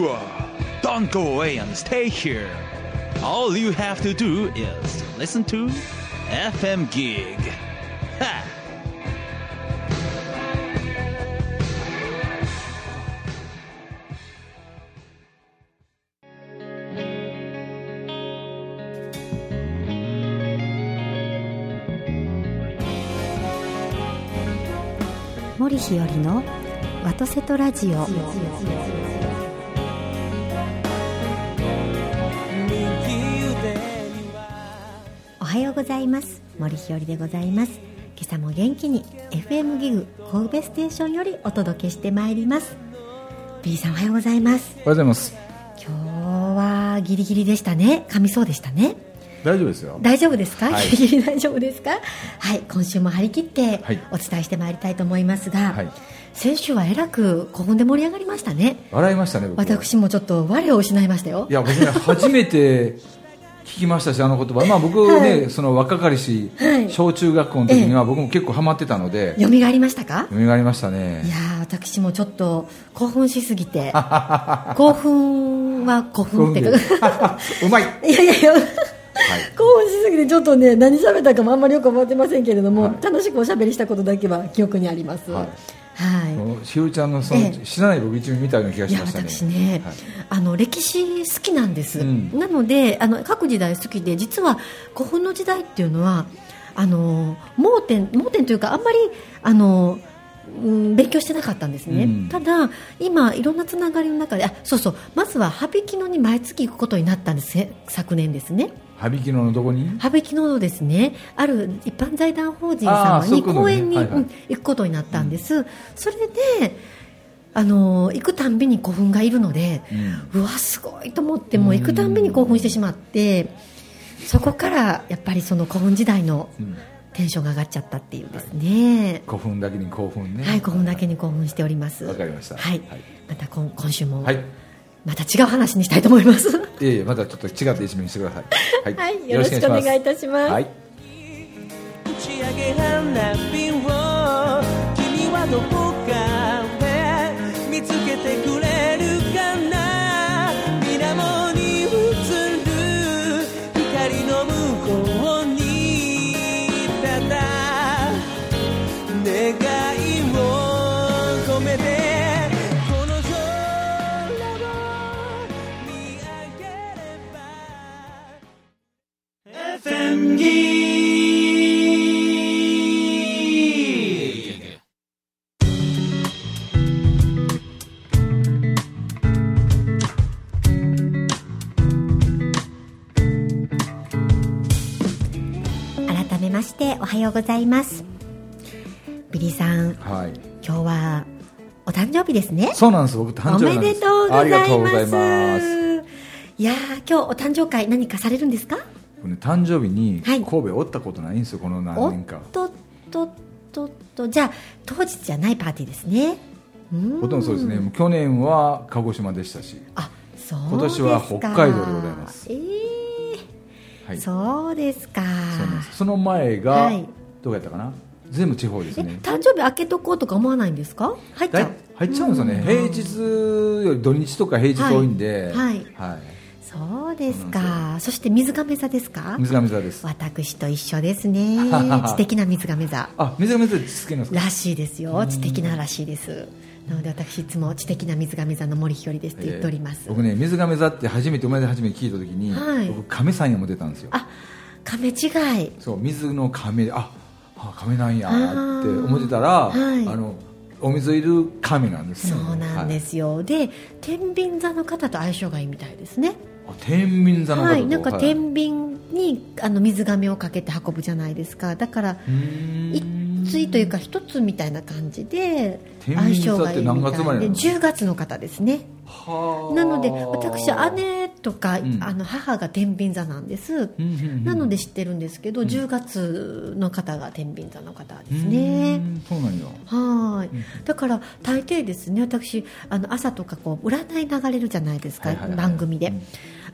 Konnichiwa. Don't go away and stay here. All you have to do is listen to FM Gig. Ha! 森日和のワトセトラジオ。おはようございます。森日和でございます。今朝も元気に FM ギグ神戸ステーションよりお届けしてまいります。ビリーさん、おはようございます。 おはようございます。 今日はギリギリでしたね。噛みそうでしたね。 大丈夫ですよ。 大丈夫ですか、 はい、 ギリギリ大丈夫ですか。はい、今週も張り切ってお伝えしてまいりたいと思いますが、はい、先週はえらく興奮で盛り上がりましたね。 笑いましたね。 私もちょっと我を失いましたよ。 いや、僕ね、初めて聞きましたし、あの言葉、まあ、僕ね、はい、その若かりし、はい、小中学校の時には僕も結構ハマってたので。 蘇りましたか。 蘇りましたね。 いや、私もちょっと興奮しすぎて興奮は興奮ってうまい。 いやいやいやはい、興奮しすぎてちょっとね、何喋ったかもあんまりよく覚えてませんけれども、はい、楽しくおしゃべりしたことだけは記憶にあります。はいはい、しおりちゃんのその、知らない僕一部見たような気がしましたね。 いや、私ね、はい、歴史好きなんです、なので各時代好きで、実は古墳の時代っていうのは盲点というか、あんまり勉強してなかったんですね、ただ今いろんなつながりの中で、まずは羽曳野に毎月行くことになったんです、昨年ですね。 羽曳野のどこに？ 羽曳野のですね、ある一般財団法人様に講演に行くことになったんです、それで行くたんびに古墳がいるので、うわすごいと思って、もう行くたんびに興奮してしまって、そこからやっぱりその古墳時代のテンションが上がっちゃったっていうですね、 はい、古墳だけに興奮ね。 はい、古墳だけに興奮しております。 わかりました。 はい、はい、また今週も、 はい、 また違う話にしたいと思います。 またちょっと違った一面にしてください。 はい、はい、よろしくお願いいたします。はい、打ち上げ花火を君はどこかで見つけてくれるかな。水面に映る光の向こうにただ願いを込めてFMギグ。改めましておはようございます。ビリーさん、はい、今日はお誕生日ですね。 そうなんです。僕誕生日なんです。 おめでとうございます。 ありがとうございます。 いや今日お誕生会何かされるんですか？ 誕生日に神戸おったことないんですよ、この何年か。 じゃあ当日じゃないパーティーですね。 ほとんどそうですね。去年は鹿児島でしたし、 そうですか。 今年は北海道でございます。 はい、そうですか。 その前が、はい、どこやったかな、全部地方ですね。 誕生日開けとこうとか思わないんですか？入っちゃうんですよね。 平日より土日とか平日多いんで、 はい、はい、そうですか。そして水亀座ですか？ 水亀座です。 私と一緒ですね。知的な水亀座。 水亀座って好きなんですからしいですよ。知的ならしいです。なので私いつも知的な水亀座の森日和ですって言っております。 僕ね、水亀座って生まれて初めて聞いた時に、僕亀さんやも出たんですよ。 亀違い。 そう、水の亀で、亀なんやって思ってたら、お水いる亀なんですね。 そうなんですよ。で、天秤座の方と相性がいいみたいですね。 天秤座の方と、 なんか天秤に水亀をかけて運ぶじゃないですか。だから一対というか一つみたいな感じで相性がいいみたいで、10月の方ですね。なので私姉とか、母が天秤座なんです、なので知ってるんですけど、10月の方が天秤座の方ですね。 そうなんや。 はい、だから大抵ですね、私朝とかこう占い流れるじゃないですか、番組で。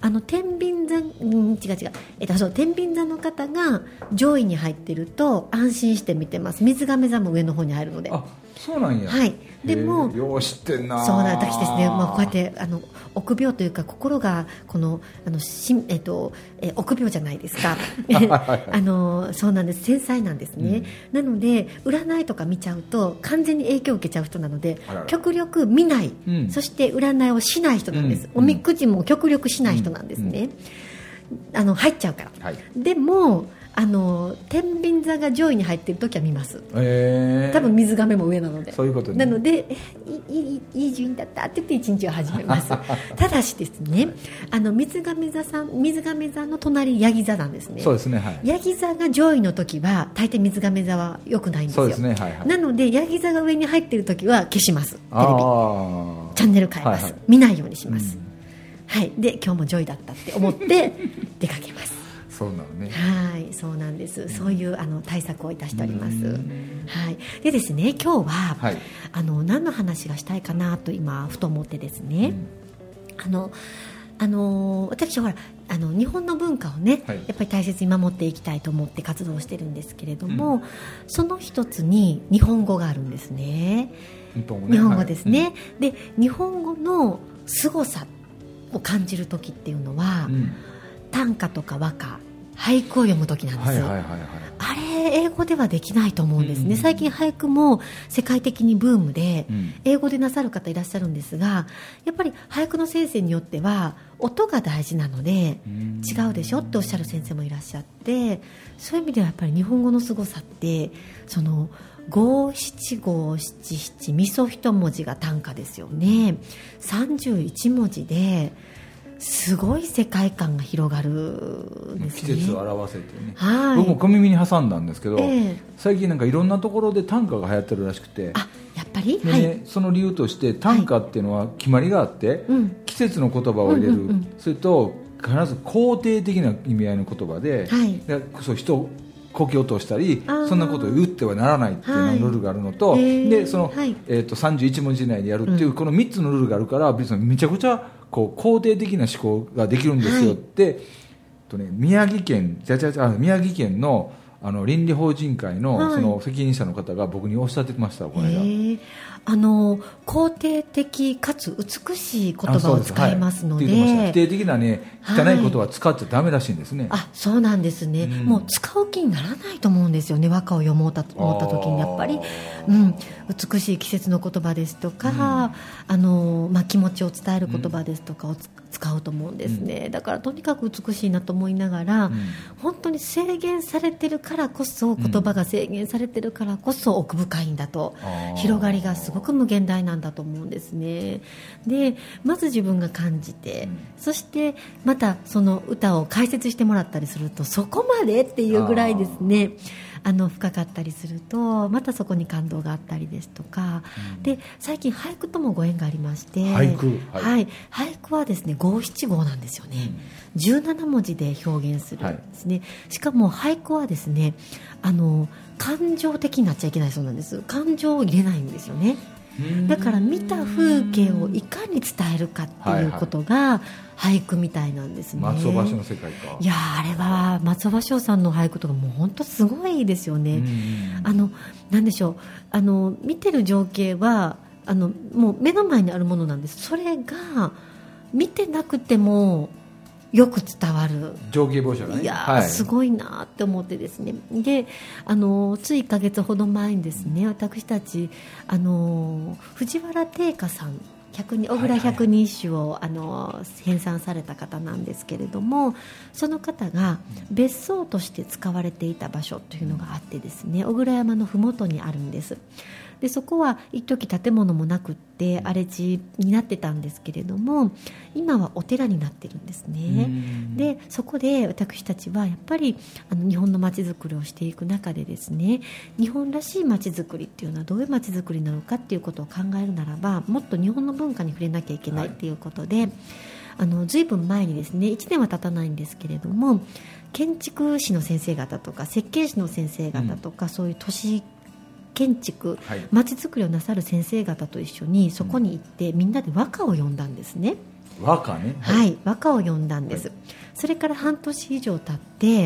天秤座、そう天秤座の方が上位に入ってると安心して見てます。水亀座も上の方に入るので。 あ、そうなんや。 はい。でもよう知ってんな。 そうなん私ですね。こうやって臆病というか心がこの臆病じゃないですか。そうなんです。繊細なんですね。なので占いとか見ちゃうと完全に影響を受けちゃう人なので、極力見ない、そして占いをしない人なんです。おみくじも極力しない人なんですね。入っちゃうから。でも天秤座が上位に入っている時は見ます。多分水亀も上なので。 そういうことね。 なのでいい順位だったって言って一日を始めます。ただしですね、水亀座の隣ヤギ座なんですね。 そうですね、はい、 ヤギ座が上位の時は大抵水亀座は良くないんですよ。 そうですね、はいはい、 なのでヤギ座が上に入っている時は消します。テレビチャンネル変えます、はいはい、見ないようにします、はい、で今日も上位だったって思って出かけます。 そうなのね。 はい、そうなんです。そういう対策をいたしております。はい。でですね、今日は、はい、何の話がしたいかなと今ふと思ってですね。私はほら日本の文化をね、はい、やっぱり大切に守っていきたいと思って活動してるんですけれども、その一つに日本語があるんですね。日本語ですね。はい、で日本語の凄さを感じる時っていうのは、短歌とか和歌、俳句を読む時なんですよ。あれ英語ではできないと思うんですね。最近俳句も世界的にブームで、英語でなさる方いらっしゃるんですが、やっぱり俳句の先生によっては音が大事なので違うでしょっておっしゃる先生もいらっしゃって、そういう意味ではやっぱり日本語の凄さってその五七五七七みそ一文字が短歌ですよね。31文字ですごい世界観が広がるんですね。季節を表せてね、はい、僕も小耳に挟んだんですけど、最近なんかいろんなところで短歌が流行ってるらしくて、 あ、やっぱり、 ね、はい、その理由として短歌っていうのは決まりがあって、季節の言葉を入れる、それと必ず肯定的な意味合いの言葉で、そう人をこき落としたりそんなことを言ってはならないっていうのルールがあるのと、でその、31文字以内でやるっていう、この3つのルールがあるから別にめちゃくちゃこう肯定的な思考ができるんですよって、宮城県の倫理法人会のその責任者の方が僕におっしゃってました、この間。 肯定的かつ美しい言葉を使いますので、 否定的なね、汚い言葉は使っちゃダメらしいんですね。 そうなんですね、もう使う気にならないと思うんですよね。和歌を読もうと思った時にやっぱり、美しい季節の言葉ですとか、気持ちを伝える言葉ですとかを使うと思うんですね。だからとにかく美しいなと思いながら、本当に制限されてるからこそ、言葉が制限されてるからこそ奥深いんだと、広がりがすごく無限大なんだと思うんですね。でまず自分が感じて、そしてまたその歌を解説してもらったりすると、そこまでっていうぐらいですね、深かったりするとまたそこに感動があったりですとか、で最近俳句ともご縁がありまして、俳句はですね五七五なんですよね、17文字で表現するんですね、しかも俳句はですね感情的になっちゃいけないそうなんです。感情を入れないんですよね。だから見た風景をいかに伝えるかっていうことが俳句みたいなんですね。 松尾芭蕉の世界か。 いやあれは松尾芭蕉さんの俳句とかもう本当すごいですよね。なんでしょう、見てる情景はもう目の前にあるものなんです。それが見てなくてもよく伝わる情景描写がね。 いや、すごいなって思ってですね。でつい1ヶ月ほど前にですね、私たち藤原定家さん、小倉百人一首を編纂された方なんですけれども、その方が別荘として使われていた場所というのがあってですね、小倉山のふもとにあるんです。でそこは一時建物もなくって荒れ地になってたんですけれども、今はお寺になってるんですね。でそこで私たちはやっぱり日本の街づくりをしていく中でですね、日本らしい街づくりっていうのはどういう街づくりなのかっていうことを考えるならば、もっと日本の文化に触れなきゃいけないっていうことで、随分前にですね、1年は経たないんですけれども、建築士の先生方とか設計士の先生方とか、そういう都市建築、街づくりをなさる先生方と一緒にそこに行って、みんなで和歌を読んだんですね。 和歌ね、 はい、和歌を詠んだんです、はい、それから半年以上経って、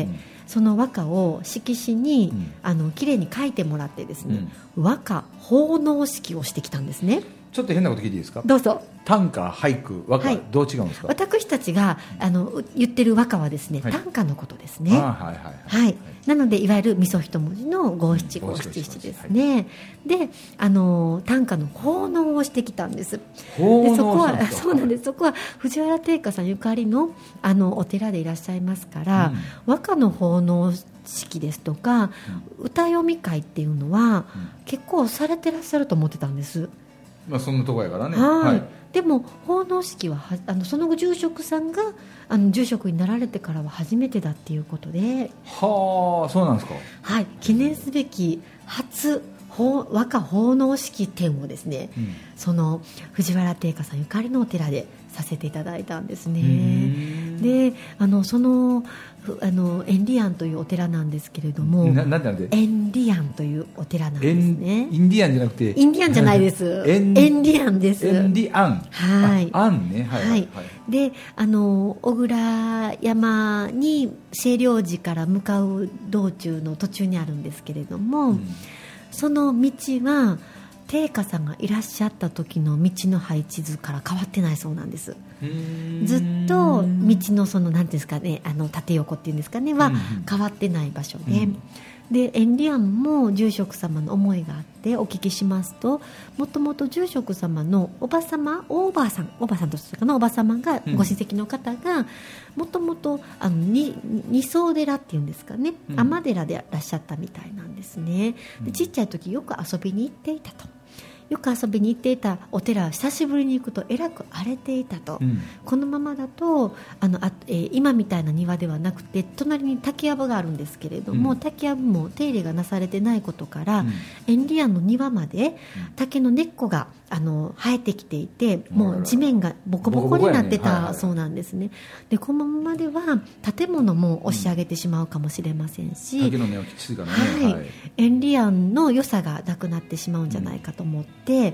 その和歌を色紙に、きれいに書いてもらってですね、和歌奉納式をしてきたんですね。 ちょっと変なこと聞いていいですか？ どうぞ。 短歌、俳句、和歌、どう違うんですか？ 私たちが言ってる和歌はですね、短歌のことですね。なのでいわゆるみそ一文字の五七五七七ですね。で短歌の奉納をしてきたんです。でそこはそうなんです。そこは藤原定家さんゆかりのお寺でいらっしゃいますから、和歌の奉納式ですとか、歌読み会っていうのは、結構されてらっしゃると思ってたんです。 そんなとこやからね。 でも奉納式はその後住職さんが住職になられてからは初めてだっていうことで、 はあ、そうなんですか。 はい、記念すべき初和歌奉納式典をですね、その藤原定家さんゆかりのお寺でさせていただいたんですね。でそのエンリアンというお寺なんですけれども、 なんでエンリアンというお寺なんですね。 インディアンじゃなくて、 インディアンじゃないですエンリアンです。 エンリアン、 はい、 アンね、はいで小倉山に清涼寺から向かう道中の途中にあるんですけれども、その道は定家さんがいらっしゃった時の道の配置図から変わってないそうなんです。ずっと道のそのなんていうんですかね、縦横っていうんですかねは変わってない場所で、でエンリアンも住職様の思いがあってお聞きしますと、もともと住職様のおばさんとしてかな、おば様が、ご親戚の方がもともと二層寺っていうんですかね、尼寺でいらっしゃったみたいなんですね。でちっちゃい時よく遊びに行っていたと。よく遊びに行っていたお寺は久しぶりに行くとえらく荒れていたと、このままだと今みたいな庭ではなくて隣に竹やぶがあるんですけれども、竹やぶも手入れがなされてないことから、エンリアンの庭まで竹の根っこが生えてきていて、もう地面がボコボコになってたそうなんですね。でこのままでは建物も押し上げてしまうかもしれませんし、 竹の根はきついからね、 エンリアンの良さがなくなってしまうんじゃないかと思って、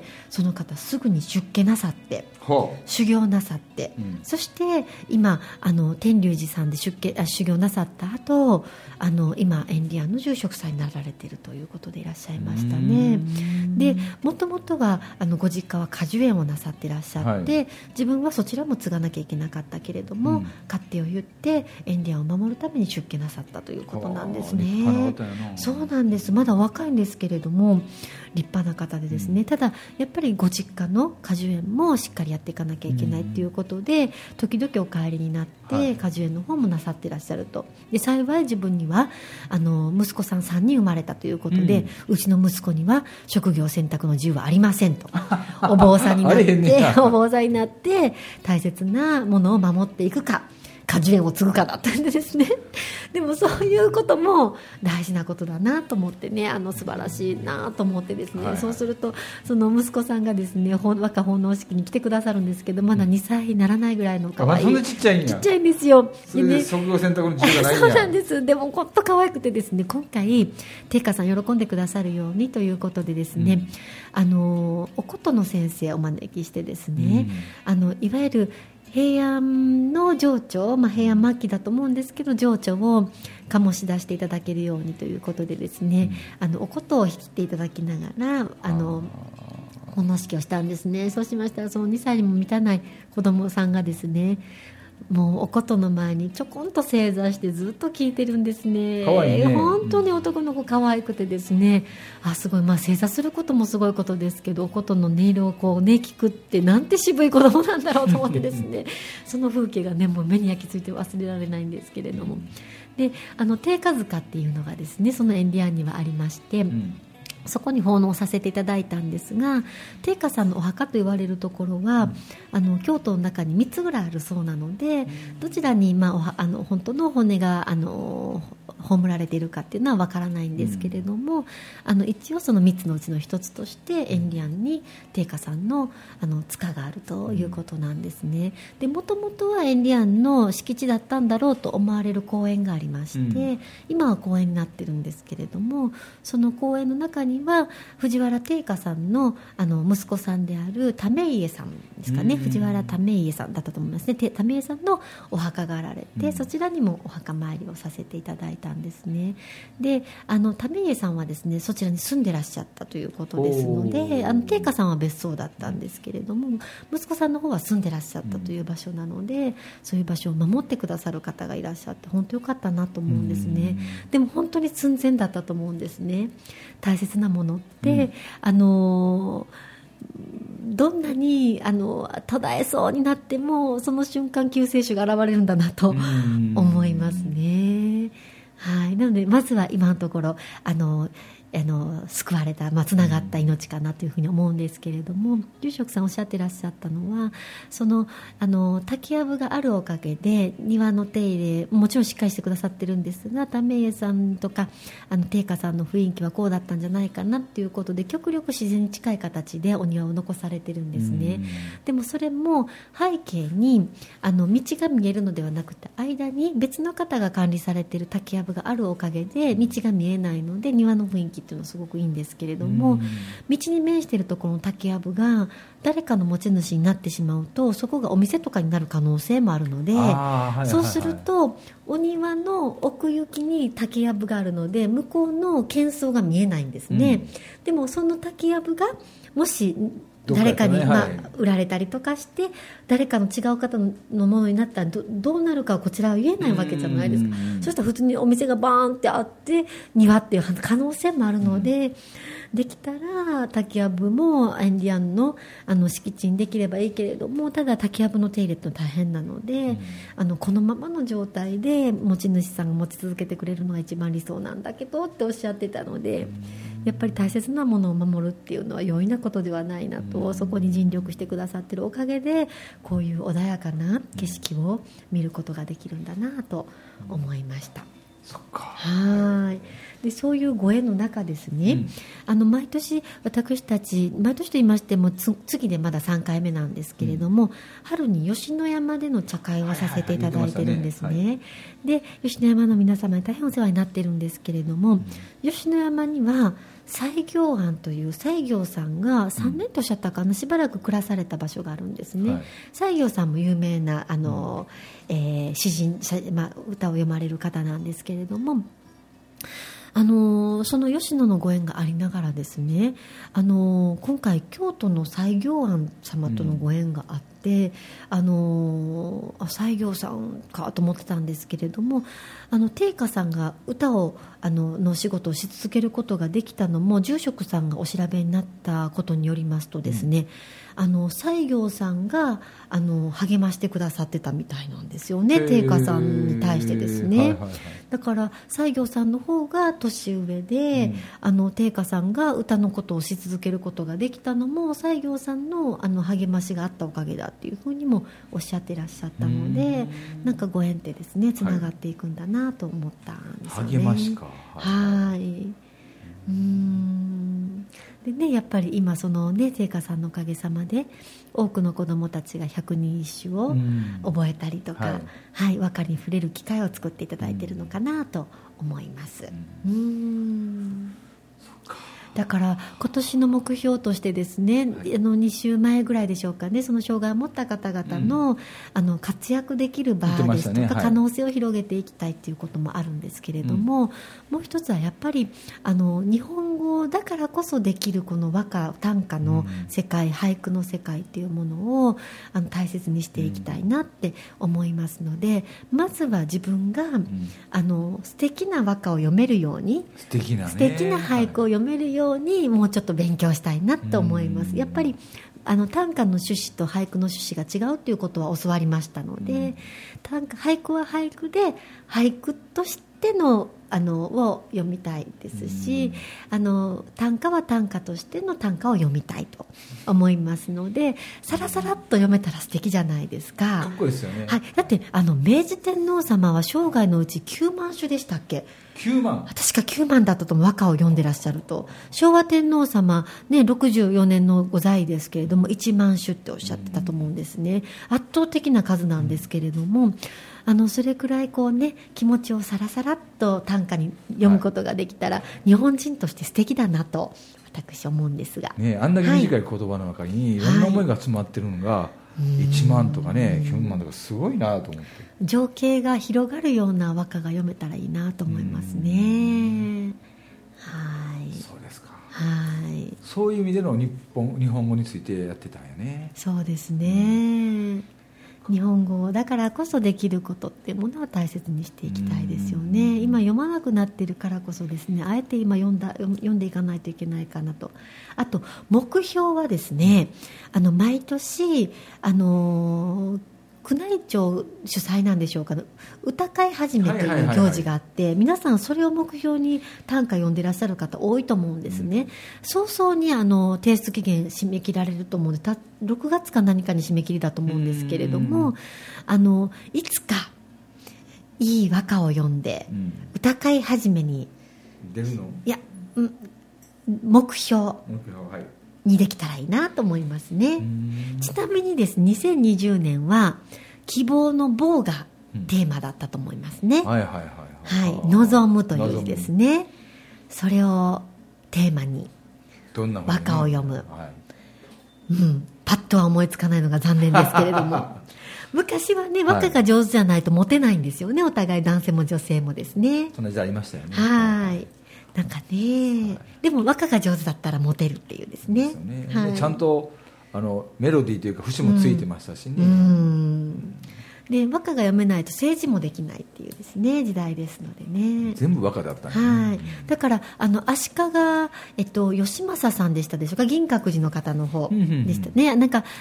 その方すぐに出家なさって修行なさって、そして今天龍寺さんで修行なさった後今エンリアンの住職さんになられているということでいらっしゃいましたね。でもともとはご実家は果樹園をなさっていらっしゃって、自分はそちらも継がなきゃいけなかったけれども、勝手を言ってエンリアンを守るために出家なさったということなんですね。そうなんです。まだお若いんですけれども立派な方でですね、ただやっぱりご実家の果樹園もしっかりやっていかなきゃいけないということで、時々お帰りになって果樹園の方もなさっていらっしゃると。で幸い自分には息子さん3人生まれたということで、うちの息子には職業選択の自由はありませんとお坊さんになって大切なものを守っていくか果樹園を継ぐかだったんでですね。でもそういうことも大事なことだなと思ってね、素晴らしいなと思ってですね、そうするとその息子さんがですね和歌奉納式に来てくださるんですけど、まだ2歳にならないぐらいの可愛い、 そんなちっちゃいんや。 ちっちゃいんですよ。 それで職業選択の自由がないんや。 そうなんです。でも本当可愛くてですね、今回定家さん喜んでくださるようにということでですね、お琴の先生をお招きしてですね、いわゆる平安の情緒、平安末期だと思うんですけど情緒を醸し出していただけるようにということでですね、お琴を弾いていただきながら奉納式をしたんですね。そうしましたらその2歳にも満たない子供さんがですね、もうお琴の前にちょこんと正座してずっと聴いてるんですね。 かわいいね。 本当に男の子可愛くてですね、すごい、正座することもすごいことですけど、お琴の音色を聞くってなんて渋い子供なんだろうと思ってですねその風景がねもう目に焼き付いて忘れられないんですけれども、で定家塚っていうのがですねそのエンリアンにはありまして、そこに奉納させていただいたんですが、定家さんのお墓と言われるところは、京都の中に3つぐらいあるそうなので、どちらに、本当の骨が葬られているかっていうのはわからないんですけれども、一応その3つのうちの1つとしてエンリアンに定家さんの塚があるということなんですね。で、もともとはエンリアンの敷地だったんだろうと思われる公園がありまして、今は公園になってるんですけれども、その公園の中には藤原定家さんの息子さんである為家さんですかね、藤原為家さんだったと思いますね。為家さんのお墓があられて、そちらにもお墓参りをさせていただいたんですね。で、為家さんはですね、そちらに住んでらっしゃったということですので、定家さんは別荘だったんですけれども、息子さんの方は住んでらっしゃったという場所なので、そういう場所を守ってくださる方がいらっしゃって本当良かったなと思うんですね。でも本当に寸前だったと思うんですね。大切なものって、どんなに途絶えそうになってもその瞬間救世主が現れるんだなと思いますね。はい、なのでまずは今のところ救われた、つながった命かなというふうに思うんですけれども、住職さんおっしゃってらっしゃったのは、その竹やぶがあるおかげで庭の手入れもちろんしっかりしてくださってるんですが、為家さんとか定家さんの雰囲気はこうだったんじゃないかなということで、極力自然に近い形でお庭を残されてるんですね。でもそれも背景に道が見えるのではなくて、間に別の方が管理されている竹やぶがあるおかげで道が見えないので、庭の雰囲気っていうのはすごくいいんですけれども、道に面しているところの竹やぶが誰かの持ち主になってしまうと、そこがお店とかになる可能性もあるので、そうするとお庭の奥行きに竹やぶがあるので、向こうの喧騒が見えないんですね。でもその竹やぶがもし誰かに売られたりとかして誰かの違う方のものになったら どうなるかはこちらは言えないわけじゃないですか。そしたら普通にお店がバーンってあって庭っていう可能性もあるので、できたら竹やぶもエンリアンの敷地にできればいいけれども、ただ竹やぶの手入れって大変なので、このままの状態で持ち主さんが持ち続けてくれるのが一番理想なんだけどっておっしゃってたので、やっぱり大切なものを守るっていうのは容易なことではないなと、そこに尽力してくださってるおかげでこういう穏やかな景色を見ることができるんだなと思いました。 そっか。 はい。でそういうご縁の中ですね、毎年私たち毎年と言いましても次でまだ3回目なんですけれども、春に吉野山での茶会をさせていただいてるんですね。で吉野山の皆様に大変お世話になってるんですけれども、吉野山には西行庵という西行さんが3年とおっしゃったかな、しばらく暮らされた場所があるんですね。西行さんも有名な詩人、歌を読まれる方なんですけれども、その吉野のご縁がありながらですね、今回京都の西行庵様とのご縁があって、西行さんかと思ってたんですけれども、定家さんが歌をの仕事をし続けることができたのも住職さんがお調べになったことによりますとですね、西行さんが励ましてくださってたみたいなんですよね、定家さんに対してですね。だから西行さんの方が年上で、定家さんが歌のことをし続けることができたのも西行さんの励ましがあったおかげだっていうふうにもおっしゃってらっしゃったので、なんかご縁ってですねつながっていくんだなと思ったんですよね。 励ましか。 はい。でね、やっぱり今そのね定家さんのおかげさまで多くの子どもたちが百人一首を覚えたりとか、和歌に触れる機会を作っていただいているのかなと思います。だから今年の目標としてですね、2週前ぐらいでしょうかね、その障害を持った方々の、活躍できる場ですとか、可能性を広げていきたいということもあるんですけれども、もう一つはやっぱり日本語だからこそできるこの和歌短歌の世界、俳句の世界っていうものを大切にしていきたいなって思いますので、まずは自分が、素敵な和歌を読めるように、素敵な俳句を読めるようにもうちょっと勉強したいなと思います。やっぱり短歌の趣旨と俳句の趣旨が違うということは教わりましたので、俳句は俳句で俳句としてのを読みたいですし、短歌は短歌としての短歌を読みたいと思いますので、さらさらっと読めたら素敵じゃないですか。 かっこいいですよね。 はい、だって明治天皇様は生涯のうち9万首でしたっけ。 9万、 確か9万だったとも、和歌を読んでらっしゃると。昭和天皇様、ね、64年のご在位ですけれども1万首っておっしゃってたと思うんですね。圧倒的な数なんですけれども、それくらいこう、ね、気持ちをさらさらっと短歌に読むことができたら、日本人として素敵だなと私思うんですが、 ね、あんだけ短い言葉の中にいろんな思いが詰まってるのが、1万とかね9万とかすごいなと思って、 情景が広がるような和歌が読めたらいいなと思いますね。はい、 そうですか。 はい、 そういう意味での日本語についてやってたんやね。 そうですね、日本語だからこそできることっていうものは大切にしていきたいですよね。今読まなくなってるからこそですね、あえて今読んでいかないといけないかなと。あと目標はですね、毎年宮内庁主催なんでしょうか、歌会始めという行事があって、皆さんそれを目標に短歌読んでらっしゃる方多いと思うんですね。早々に提出期限締め切られると思うので、6月か何かに締め切りだと思うんですけれども、いつかいい和歌を読んで、歌会始めに出るの？ いや、目標にできたらいいなと思いますね。ちなみにですね、2020年は希望の棒がテーマだったと思いますね。望むという字ですね。それをテーマに和歌を読む、パッとは思いつかないのが残念ですけれども昔はね、和歌が上手じゃないとモテないんですよね、お互い男性も女性もですね。 そんな時代ありましたよね。 はい、なんかね、でも和歌が上手だったらモテるっていうですね。 ちゃんとメロディーというか節もついてましたしね。で和歌が読めないと政治もできないっていうですね、時代ですのでね。 全部和歌だったんですね。 だから足利、義政さんでしたでしょうか、銀閣寺の方の方でしたね。なんか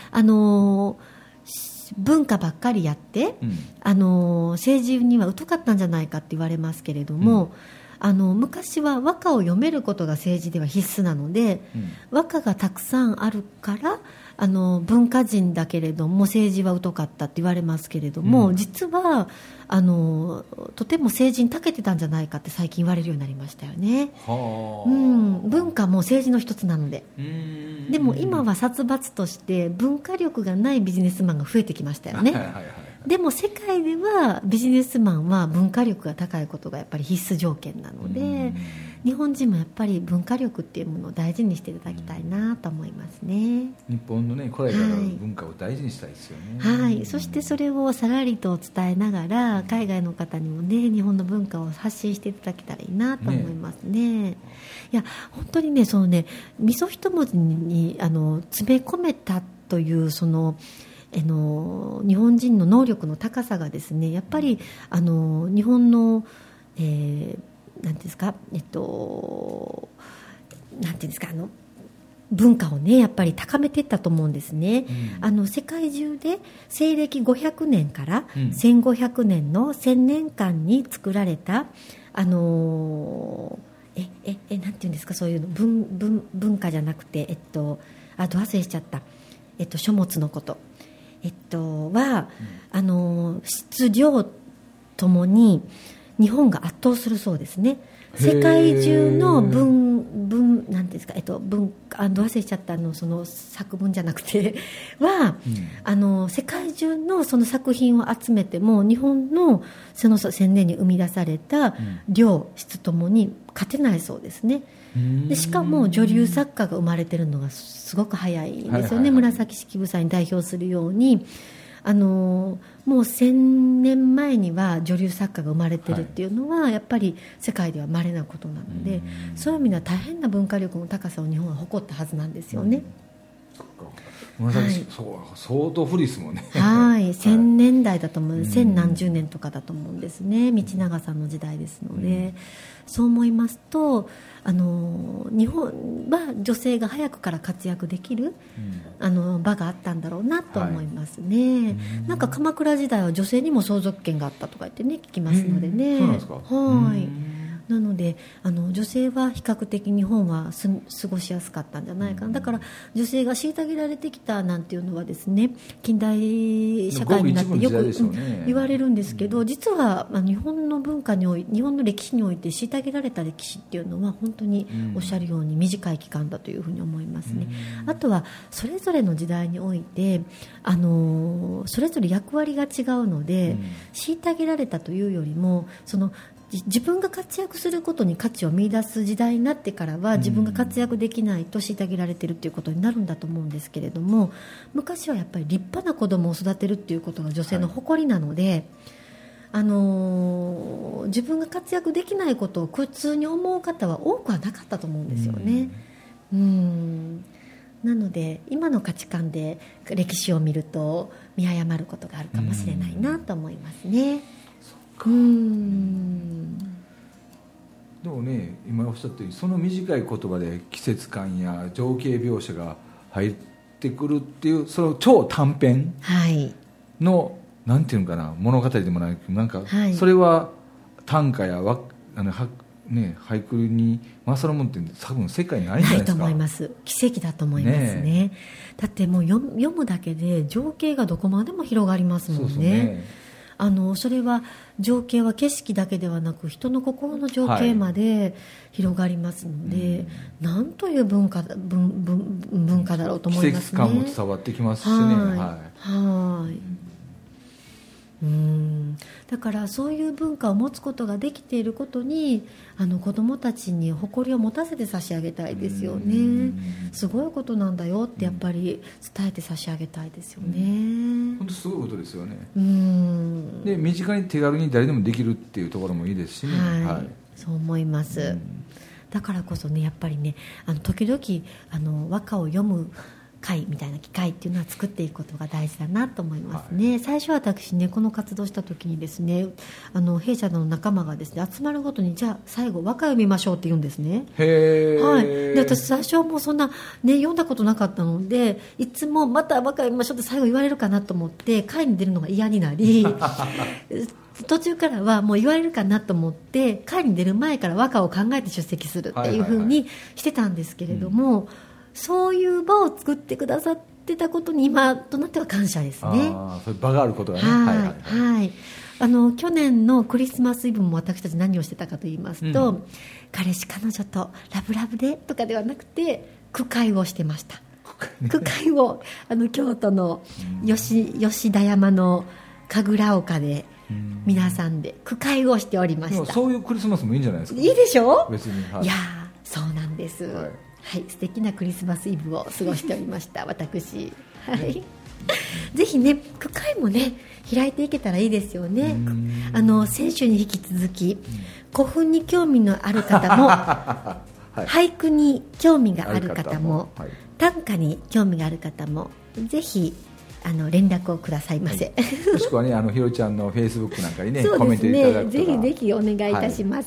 文化ばっかりやって、政治には疎かったんじゃないかって言われますけれども、昔は和歌を読めることが政治では必須なので、和歌がたくさんあるから文化人だけれども政治は疎かったって言われますけれども、実はとても政治に長けてたんじゃないかって最近言われるようになりましたよね。文化も政治の一つなので。でも今は殺伐として文化力がないビジネスマンが増えてきましたよね。でも世界ではビジネスマンは文化力が高いことがやっぱり必須条件なので、日本人もやっぱり文化力っていうものを大事にしていただきたいなと思いますね。 日本のね、古来からの文化を大事にしたいですよね。 そしてそれをさらりと伝えながら海外の方にもね、日本の文化を発信していただけたらいいなと思いますね。いや本当にね、そのね、味噌一文字に詰め込めたというその日本人の能力の高さがですね、やっぱり日本の、なんですか、なんていうんですか、文化をねやっぱり高めていったと思うんですね。世界中で西暦500年から1500年の1000年間に作られたなんていうんですか、そういうの文化じゃなくてど忘れしちゃった、書物のことは、質量ともに日本が圧倒するそうですね。世界中のなんですか、忘れしちゃったその作文じゃなくては、世界中のその作品を集めても日本のその1000年に生み出された量、質ともに勝てないそうですね。でしかも女流作家が生まれてるのがすごく早いんですよね。紫式部さんに代表するようにもう1000年前には女流作家が生まれてるっていうのは、やっぱり世界では稀なことなので、そういう意味では大変な文化力の高さを日本は誇ったはずなんですよね。 相当古いですもんね。 1000年代だと思う、千何十年とかだと思うんですね。道長さんの時代ですので、そう思いますと日本は女性が早くから活躍できる、場があったんだろうなと思いますね。なんか鎌倉時代は女性にも相続権があったとか言ってね、聞きますのでね。そうなんですか。 なので女性は比較的日本は過ごしやすかったんじゃないかな。だから女性が虐げられてきたなんていうのはですね、近代社会になってよく言われるんですけど、実は日本の文化に日本の歴史において虐げられた歴史っていうのは本当におっしゃるように短い期間だというふうに思いますね。あとはそれぞれの時代においてそれぞれ役割が違うので、虐げられたというよりも自分が活躍することに価値を見出す時代になってからは、自分が活躍できないと虐げられているということになるんだと思うんですけれども、昔はやっぱり立派な子供を育てるということが女性の誇りなので、自分が活躍できないことを苦痛に思う方は多くはなかったと思うんですよね。なので今の価値観で歴史を見ると見誤ることがあるかもしれないなと思いますね。でもね、今おっしゃったようにその短い言葉で季節感や情景描写が入ってくるっていう、その超短編の、なんていうのかな、物語でもないけど、なんかそれは短歌や俳句に勝るもんって多分世界にないんじゃないですか。 ないと思います。奇跡だと思いますね。だってもう読むだけで情景がどこまでも広がりますもんね。それは情景は景色だけではなく人の心の情景まで広がりますので、なんという文化だろうと思いますね。季節感も伝わってきますしね。 だからそういう文化を持つことができていることに子どもたちに誇りを持たせて差し上げたいですよね。すごいことなんだよってやっぱり伝えて差し上げたいですよね。 本当すごいことですよね。で身近に手軽に誰でもできるっていうところもいいですしね。 そう思います。だからこそね、やっぱりね、時々和歌を読む会みたいな機会っていうのは作っていくことが大事だなと思いますね。最初は私ね、この活動した時にですね、弊社の仲間がですね、集まるごとにじゃあ最後和歌読みましょうって言うんですね。で私最初はもうそんな、ね、読んだことなかったので、いつもまた和歌読みましょうって最後言われるかなと思って会に出るのが嫌になり途中からはもう言われるかなと思って会に出る前から和歌を考えて出席するっていう風にしてたんですけれども、そういう場を作ってくださってたことに今となっては感謝ですね。 そういう場があることがね。 去年のクリスマスイブも私たち何をしてたかと言いますと、彼氏彼女とラブラブでとかではなくて句会をしてました。句会を京都の吉田山の神楽岡で皆さんで句会をしておりました。 そういうクリスマスもいいんじゃないですか。 いいでしょ。 別に、 いやそうなんです。素敵なクリスマスイブを過ごしておりました私。ぜひね、句会もね開いていけたらいいですよね。先週に引き続き古墳に興味のある方も俳句に興味がある方も、短歌に興味がある方もぜひ連絡をくださいませ。 もしくはね、ひろちゃんのフェイスブックなんかにね、 コメントいただくとぜひぜひお願いいたします。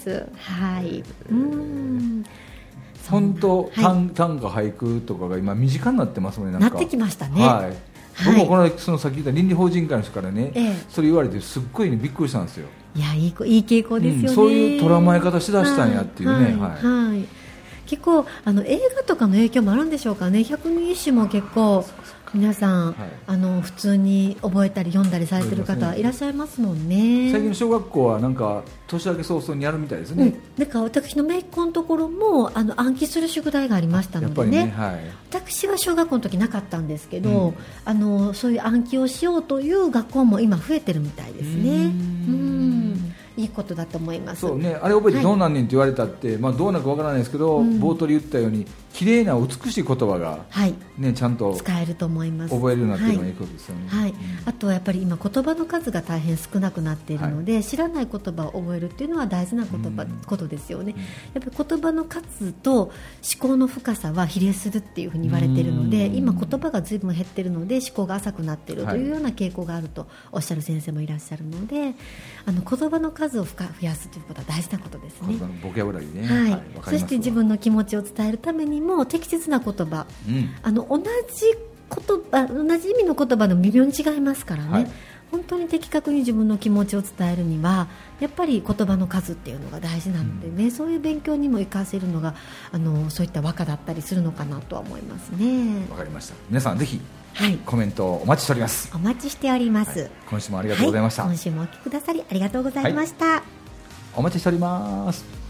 本当、短歌俳句とかが今身近になってますもんね。 なってきましたね。 僕もこのさっき言った倫理法人会の人からね、それ言われてすっごいびっくりしたんですよ。 いや、いい傾向ですよね。 そういう捉まえ方しだしたんやっていうね。 結構映画とかの影響もあるんでしょうかね。百人一首も結構皆さん、普通に覚えたり読んだりされてる方いらっしゃいますもんね。 最近の小学校はなんか年明け早々にやるみたいですね。 なんか私の姪っ子のところも暗記する宿題がありましたのでね。私は小学校の時なかったんですけど、そういう暗記をしようという学校も今増えてるみたいですね。いいことだと思います。 そうね、あれ覚えてどうなんねんって言われたって、どうなるかわからないですけど、冒頭で言ったように綺麗な美しい言葉が、ちゃんと使えると思います。 覚えるようになっているのがいいことですよね。 あとはやっぱり今言葉の数が大変少なくなっているので、知らない言葉を覚えるっていうのは大事なことですよね。やっぱり言葉の数と思考の深さは比例するっていうふうに言われているので、今言葉が随分減っているので思考が浅くなっているというような傾向があるとおっしゃる先生もいらっしゃるので、言葉の数を増やすということは大事なことですね。 ボキャブラリーね。 そして自分の気持ちを伝えるためにも適切な言葉、同じ意味の言葉でも微妙に違いますからね。 本当に的確に自分の気持ちを伝えるにはやっぱり言葉の数っていうのが大事なのでね、そういう勉強にも活かせるのがそういった和歌だったりするのかなとは思いますね。 わかりました。皆さんぜひ、コメントをお待ちしております。 お待ちしております、 今週もありがとうございました。 今週もお聞きくださりありがとうございました、 お待ちしております。